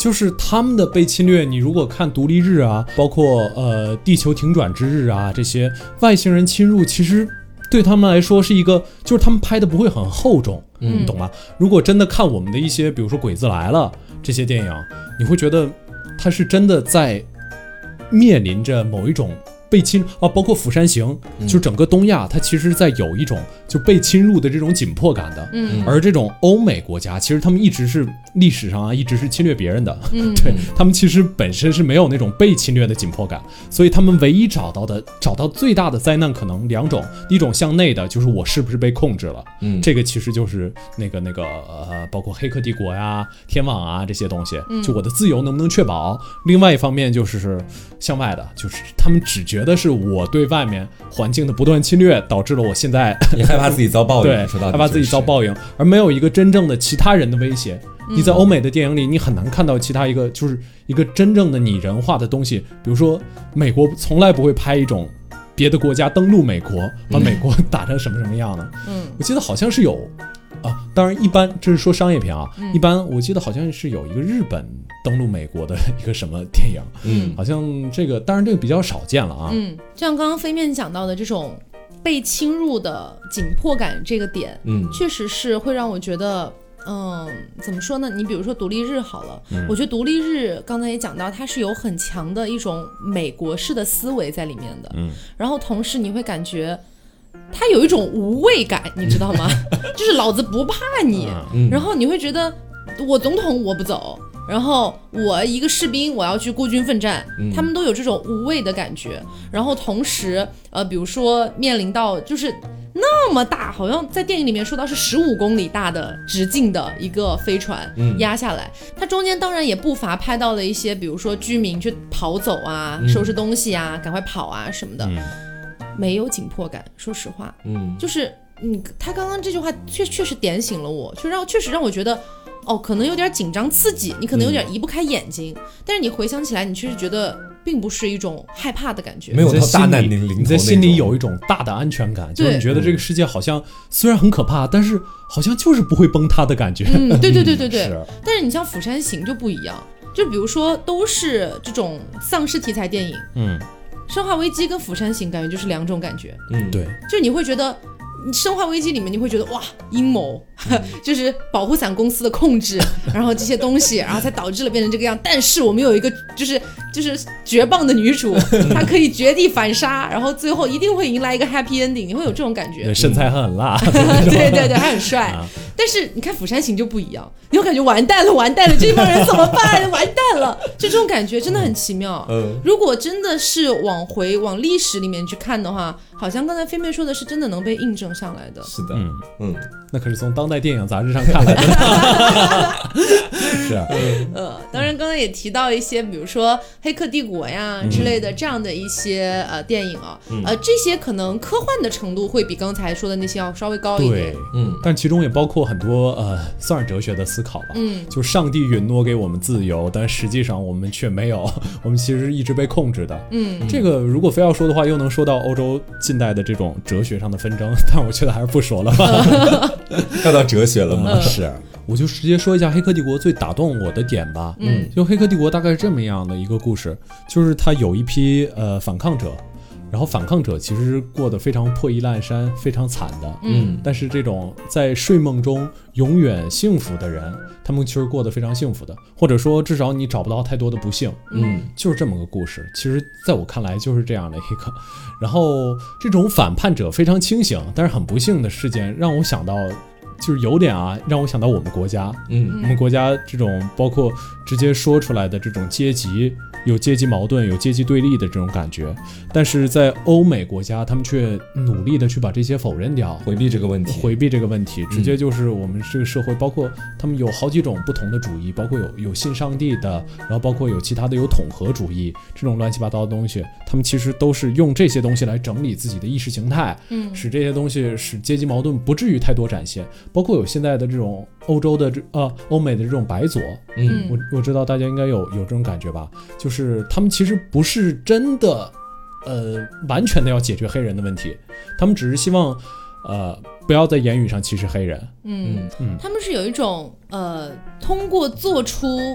就是他们的被侵略，你如果看独立日啊，包括呃地球停转之日啊，这些外星人侵入，其实对他们来说是一个，就是他们拍的不会很厚重，嗯，你懂吗？如果真的看我们的一些，比如说《鬼子来了》这些电影，你会觉得它是真的在面临着某一种被侵啊，包括《釜山行》，就整个东亚，它其实在有一种就被侵入的这种紧迫感的。嗯，而这种欧美国家，其实他们一直是历史上啊，一直是侵略别人的。嗯，对他们其实本身是没有那种被侵略的紧迫感，所以他们唯一找到的、找到最大的灾难可能两种，一种向内的，就是我是不是被控制了。嗯，这个其实就是那个那个呃，包括《黑客帝国》呀、天网啊这些东西，就我的自由能不能确保？另外一方面就是向外的，就是他们只觉得是我对外面环境的不断侵略，导致了我现在你害怕自己遭报应， 对，害怕自己遭报应，而没有一个真正的其他人的威胁。你在欧美的电影里，你很难看到其他一个就是一个真正的拟人化的东西。比如说，美国从来不会拍一种别的国家登陆美国，把美国打成什么什么样的。嗯，我记得好像是有啊，当然一般这是说商业片啊，嗯、一般我记得好像是有一个日本登陆美国的一个什么电影，嗯，好像这个当然这个比较少见了啊。 嗯，就像刚刚飞面讲到的这种被侵入的紧迫感这个点，嗯，确实是会让我觉得。嗯，怎么说呢？你比如说独立日好了，嗯、我觉得独立日刚才也讲到，它是有很强的一种美国式的思维在里面的，嗯，然后同时你会感觉它有一种无畏感，你知道吗？就是老子不怕你，嗯、然后你会觉得我总统我不走，然后我一个士兵我要去孤军奋战，嗯、他们都有这种无畏的感觉，然后同时呃，比如说面临到就是那么大，好像在电影里面说到是十五公里大的直径的一个飞船压下来，嗯、它中间当然也不乏拍到了一些，比如说居民去跑走啊，嗯、收拾东西啊，赶快跑啊什么的，嗯、没有紧迫感。说实话，嗯，就是嗯，他刚刚这句话确确实点醒了我，就让确实让我觉得。哦，可能有点紧张刺激，你可能有点移不开眼睛，嗯、但是你回想起来，你确实觉得并不是一种害怕的感觉， 没有到大难临头， 你在心里有一种大的安全感，就是你觉得这个世界好像虽然很可怕，但是好像就是不会崩塌的感觉。 嗯，对对对对对。是但是你像《釜山行》就不一样，就比如说都是这种丧尸题材电影，嗯，《生化危机》跟《釜山行》感觉就是两种感觉， 嗯，对， 就你会觉得。生化危机里面你会觉得哇阴谋、嗯、就是保护伞公司的控制然后这些东西然后才导致了变成这个样，但是我们有一个就是就是绝棒的女主她可以绝地反杀，然后最后一定会迎来一个 happy ending， 你会有这种感觉， 对，身材很辣对对对还很帅、啊、但是你看《釜山行》就不一样，你会感觉完蛋了完蛋了这帮人怎么办完蛋了，就这种感觉真的很奇妙、嗯、如果真的是往回往历史里面去看的话，好像刚才飞妹说的是真的能被印证上来的。 是的，嗯嗯， 那可是从当代电影杂志上看来的。是啊， 呃，当然刚才也提到一些，比如说《黑客帝国》呀之类的这样的一些呃电影啊，嗯、呃，这些可能科幻的程度会比刚才说的那些要稍微高一点。 对，嗯，但其中也包括很多呃，算是哲学的思考吧。嗯，就上帝允诺给我们自由，但实际上我们却没有，我们其实一直被控制的。嗯，这个如果非要说的话，又能说到欧洲近代的这种哲学上的纷争，但我觉得还是不说了吧。 要到哲学了吗？ 嗯、是。我就直接说一下《黑客帝国》最打动我的点吧。嗯，就《黑客帝国》大概是这么样的一个故事，就是他有一批呃反抗者，然后反抗者其实过得非常破衣烂衫，非常惨的。嗯，但是这种在睡梦中永远幸福的人，他们其实过得非常幸福的，或者说至少你找不到太多的不幸。嗯，就是这么个故事。其实在我看来就是这样的一个。然后这种反叛者非常清醒，但是很不幸的事件让我想到。就是有点啊，让我想到我们国家，嗯，我们国家这种包括直接说出来的这种阶级，有阶级矛盾，有阶级对立的这种感觉，但是在欧美国家，他们却努力的去把这些否认掉， 回避这个问题， 回避这个问题，直接就是我们这个社会，包括他们有好几种不同的主义，包括有有信上帝的，然后包括有其他的有统合主义这种乱七八糟的东西，他们其实都是用这些东西来整理自己的意识形态，嗯，使这些东西使阶级矛盾不至于太多展现。包括有现在的这种欧洲的这呃欧美的这种白左，嗯，我我知道大家应该有有这种感觉吧，就是他们其实不是真的，呃，完全的要解决黑人的问题，他们只是希望，呃，不要在言语上歧视黑人， 嗯嗯，他们是有一种呃，通过做出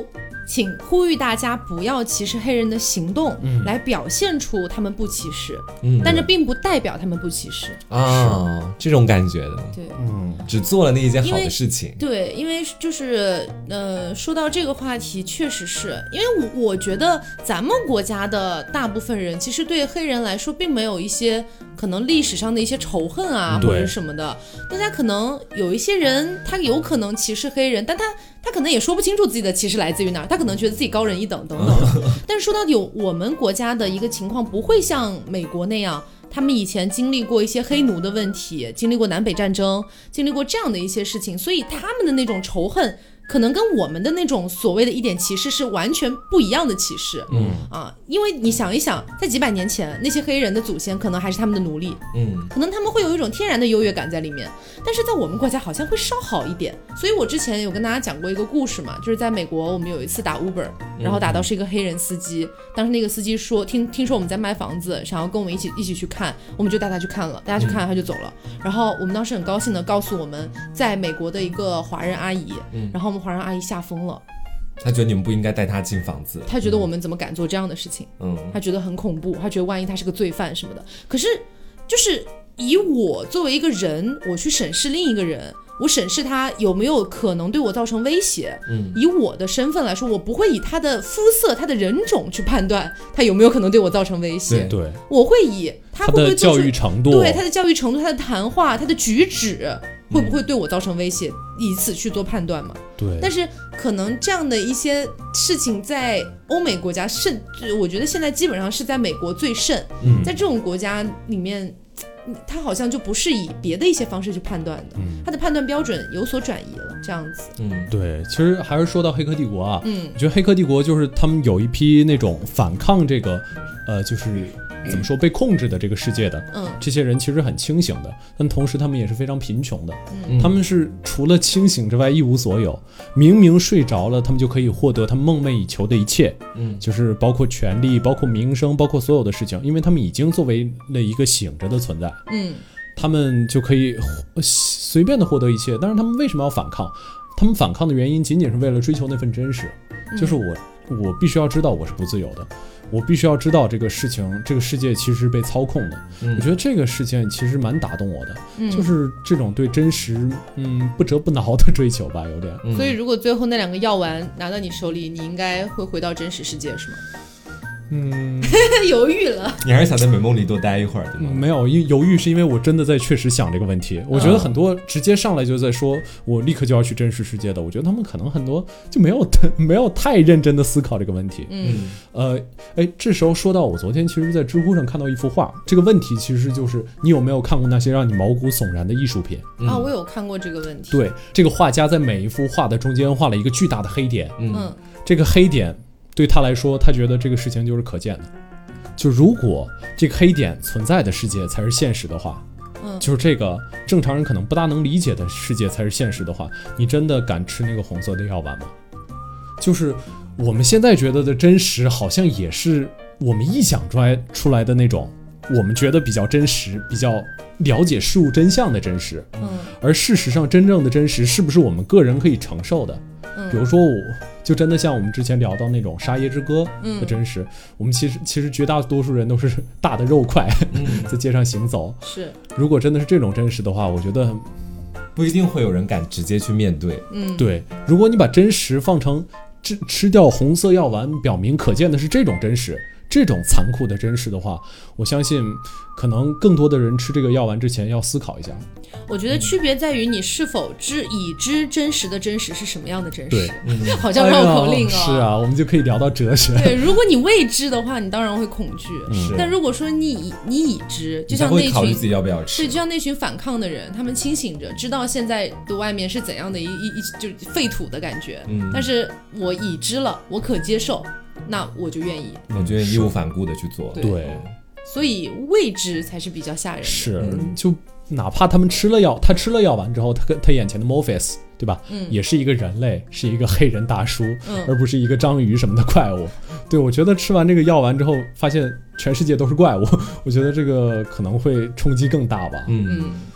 请呼吁大家不要歧视黑人的行动、嗯、来表现出他们不歧视、嗯、但这并不代表他们不歧视啊，这种感觉的。 对， 嗯，只做了那一件好的事情。 对，因为就是呃，说到这个话题，确实是因为我我觉得咱们国家的大部分人其实对黑人来说并没有一些可能历史上的一些仇恨啊或者什么的，大家可能有一些人他有可能歧视黑人，但他他可能也说不清楚自己的歧视来自于哪儿，他可能觉得自己高人一等等等但是说到底，我们国家的一个情况不会像美国那样，他们以前经历过一些黑奴的问题，经历过南北战争，经历过这样的一些事情，所以他们的那种仇恨可能跟我们的那种所谓的一点歧视是完全不一样的歧视。嗯啊，因为你想一想，在几百年前，那些黑人的祖先可能还是他们的奴隶，嗯，可能他们会有一种天然的优越感在里面，但是在我们国家好像会稍好一点。所以我之前有跟大家讲过一个故事嘛，就是在美国，我们有一次打 Uber， 然后打到是一个黑人司机，当时那个司机说听听说我们在卖房子，想要跟我们一起一起去看，我们就带他去看了，带他去看了他就走了。然后我们当时很高兴的告诉我们在美国的一个华人阿姨，然后我们华人阿姨吓疯了， 他觉得你们不应该带他进房子， 他觉得我们怎么敢做这样的事情，嗯，他觉得很恐怖，他觉得万一他是个罪犯什么的。可是就是以我作为一个人，我去审视另一个人，我审视他有没有可能对我造成威胁，嗯，以我的身份来说，我不会以他的肤色他的人种去判断他有没有可能对我造成威胁， 对， 我会以他会不会他的教育程度， 对，他的教育程度，他的谈话，他的举止会不会对我造成威胁，以此去做判断嘛？ 对。 但是可能这样的一些事情在欧美国家甚，我觉得现在基本上是在美国最甚，嗯，在这种国家里面，他好像就不是以别的一些方式去判断的，嗯，他的判断标准有所转移了，这样子。 嗯，对，其实还是说到黑客帝国啊，嗯，我觉得黑客帝国就是他们有一批那种反抗这个，呃，就是。怎么说被控制的这个世界的，嗯，这些人其实很清醒的，但同时他们也是非常贫穷的，嗯，他们是除了清醒之外一无所有，明明睡着了，他们就可以获得他们梦寐以求的一切，嗯，就是包括权力，包括名声，包括所有的事情，因为他们已经作为了一个醒着的存在，嗯，他们就可以随便的获得一切。但是他们为什么要反抗？他们反抗的原因仅仅是为了追求那份真实，嗯，就是我我必须要知道我是不自由的，我必须要知道这个事情，这个世界其实是被操控的，嗯，我觉得这个事件其实蛮打动我的，嗯，就是这种对真实嗯不折不挠的追求吧，有点， 嗯，所以如果最后那两个药丸拿到你手里，你应该会回到真实世界是吗？嗯，犹豫了。 你还是想在美梦里多待一会儿，对吗？ 没有，因犹豫是因为我真的在确实想这个问题。我觉得很多直接上来就在说，我立刻就要去真实世界的，我觉得他们可能很多就没有没有太认真的思考这个问题。嗯，呃，哎，这时候说到我昨天其实在知乎上看到一幅画，这个问题其实就是你有没有看过那些让你毛骨悚然的艺术品？ 嗯，啊，我有看过这个问题。 对，这个画家在每一幅画的中间画了一个巨大的黑点。嗯，这个黑点。对他来说，他觉得这个事情就是可见的。就如果这个黑点存在的世界才是现实的话，嗯，就是这个正常人可能不大能理解的世界才是现实的话，你真的敢吃那个红色的药丸吗？就是我们现在觉得的真实，好像也是我们臆想出来出来的那种，我们觉得比较真实、比较了解事物真相的真实。嗯，而事实上，真正的真实是不是我们个人可以承受的？比如说我就真的像我们之前聊到那种《沙耶之歌》的真实，嗯，我们其实其实绝大多数人都是大的肉块，嗯，在街上行走。 是， 如果真的是这种真实的话，我觉得不一定会有人敢直接去面对。 嗯， 对，如果你把真实放成吃吃掉红色药丸，表明可见的是这种真实。这种残酷的真实的话，我相信可能更多的人吃这个药丸之前要思考一下。 我觉得区别在于你是否知已知真实的真实是什么样的真实。 对， 嗯，好像绕口令哦。 哎，是啊，我们就可以聊到哲学。 对，如果你未知的话，你当然会恐惧。嗯，但如果说你已你已知，就像那群会考虑自己要不要吃。 对，就像那群反抗的人，他们清醒着，知道现在的外面是怎样的一一一就是废土的感觉。嗯，但是我已知了，我可接受。那我就愿意， 我就义无反顾的去做。 对， 对， 所以未知才是比较吓人的。 是，嗯，就哪怕他们吃了药，他吃了药丸之后，他跟他眼前的 Morpheus， 对吧？嗯，也是一个人类，是一个黑人大叔，嗯，而不是一个章鱼什么的怪物。对，我觉得吃完这个药丸之后，发现全世界都是怪物，我觉得这个可能会冲击更大吧。嗯。 嗯，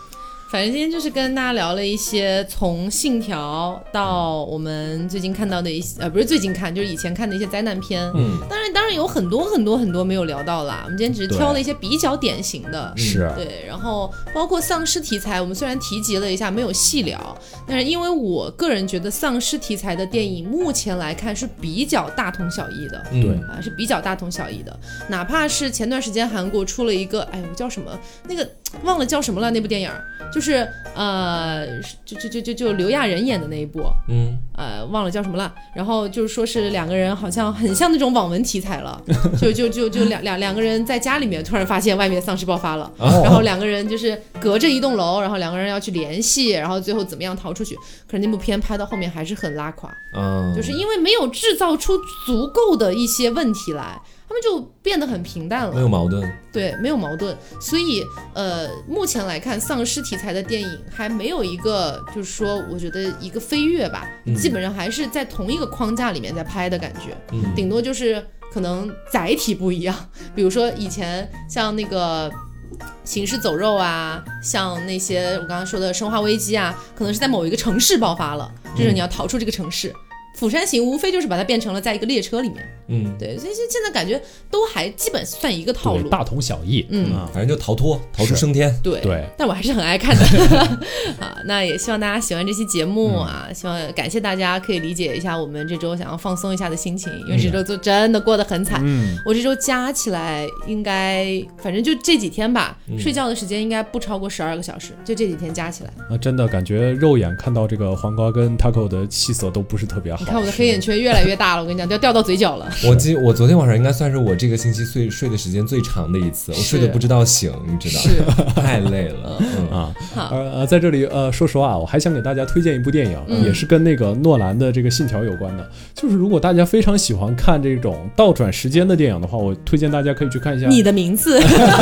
反正今天就是跟大家聊了一些从信条到我们最近看到的一些呃不是最近看就是以前看的一些灾难片，嗯，当然当然有很多很多很多没有聊到啦，我们今天只是挑了一些比较典型的， 是对，然后包括丧尸题材我们虽然提及了一下没有细聊，但是因为我个人觉得丧尸题材的电影目前来看是比较大同小异的， 对啊是比较大同小异的，哪怕是前段时间韩国出了一个哎我叫什么那个忘了叫什么了那部电影，就是呃就就就就就刘亚仁演的那一部，嗯呃忘了叫什么了，然后就是说是两个人好像很像那种网文题材了，就就就就两两两个人在家里面突然发现外面丧尸爆发了，哦、然后两个人就是隔着一栋楼，然后两个人要去联系，然后最后怎么样逃出去，可是那部片拍到后面还是很拉垮，嗯，就是因为没有制造出足够的一些问题来。他们就变得很平淡了， 没有矛盾， 对，没有矛盾，所以呃，目前来看，丧尸题材的电影还没有一个，就是说，我觉得一个飞跃吧，嗯、基本上还是在同一个框架里面在拍的感觉，嗯、顶多就是可能载体不一样，比如说以前像那个。行尸走肉啊，像那些我刚刚说的生化危机啊，可能是在某一个城市爆发了，就是你要逃出这个城市。釜山行无非就是把它变成了在一个列车里面，嗯，对，所以现在感觉都还基本算一个套路， 大同小异， 嗯， 啊、反正就逃脱，逃出升天， 对对。 但我还是很爱看的，啊，那也希望大家喜欢这期节目啊，嗯、希望感谢大家可以理解一下我们这周想要放松一下的心情，因为这周就真的过得很惨，嗯，我这周加起来应该反正就这几天吧，嗯、睡觉的时间应该不超过十二个小时，就这几天加起来， 啊，真的感觉肉眼看到这个黄瓜跟 taco 的气色都不是特别好。 你看我的黑眼圈越来越大了，我跟你讲，要掉到嘴角了。 我今我昨天晚上应该算是我这个星期睡睡的时间最长的一次，我睡得不知道醒，你知道， 是太累了、嗯、 啊。呃，在这里呃，说实话，我还想给大家推荐一部电影，嗯、也是跟那个诺兰的这个《信条》有关的。就是如果大家非常喜欢看这种倒转时间的电影的话，我推荐大家可以去看一下。 你的名字，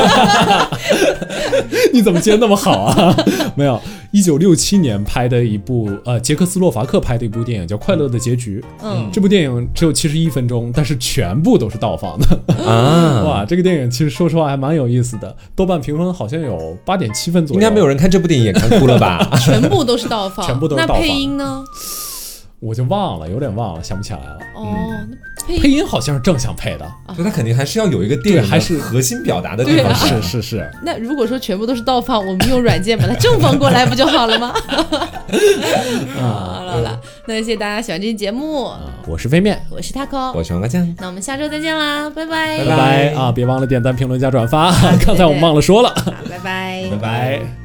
你怎么接那么好啊？没有。一九六七年拍的一部呃捷克斯洛伐克拍的一部电影叫《快乐的结局》，嗯，这部电影只有七十一分钟，但是全部都是倒放的啊！哇，这个电影其实说实话还蛮有意思的，豆瓣评分好像有八点七分左右， 应该没有人看这部电影也看哭了吧？ 全部都是倒放， 全部都是倒放。 那配音呢？ 我就忘了，有点忘了，想不起来了。 哦， 嗯、配, 配音好像是正想配的， 所以他肯定还是要有一个电影还是核心表达的地方。 是是是。 那如果说全部都是倒放，我们用软件把它正放过来不就好了吗？啊，好了好了，那谢谢大家喜欢这期节目。啊、 我是飞面， 我是 taco， 我是王瓜酱。 那我们下周再见啦，拜拜拜拜啊！别忘了点赞、评论、加转发。刚才我们忘了说了。 好，拜拜拜拜。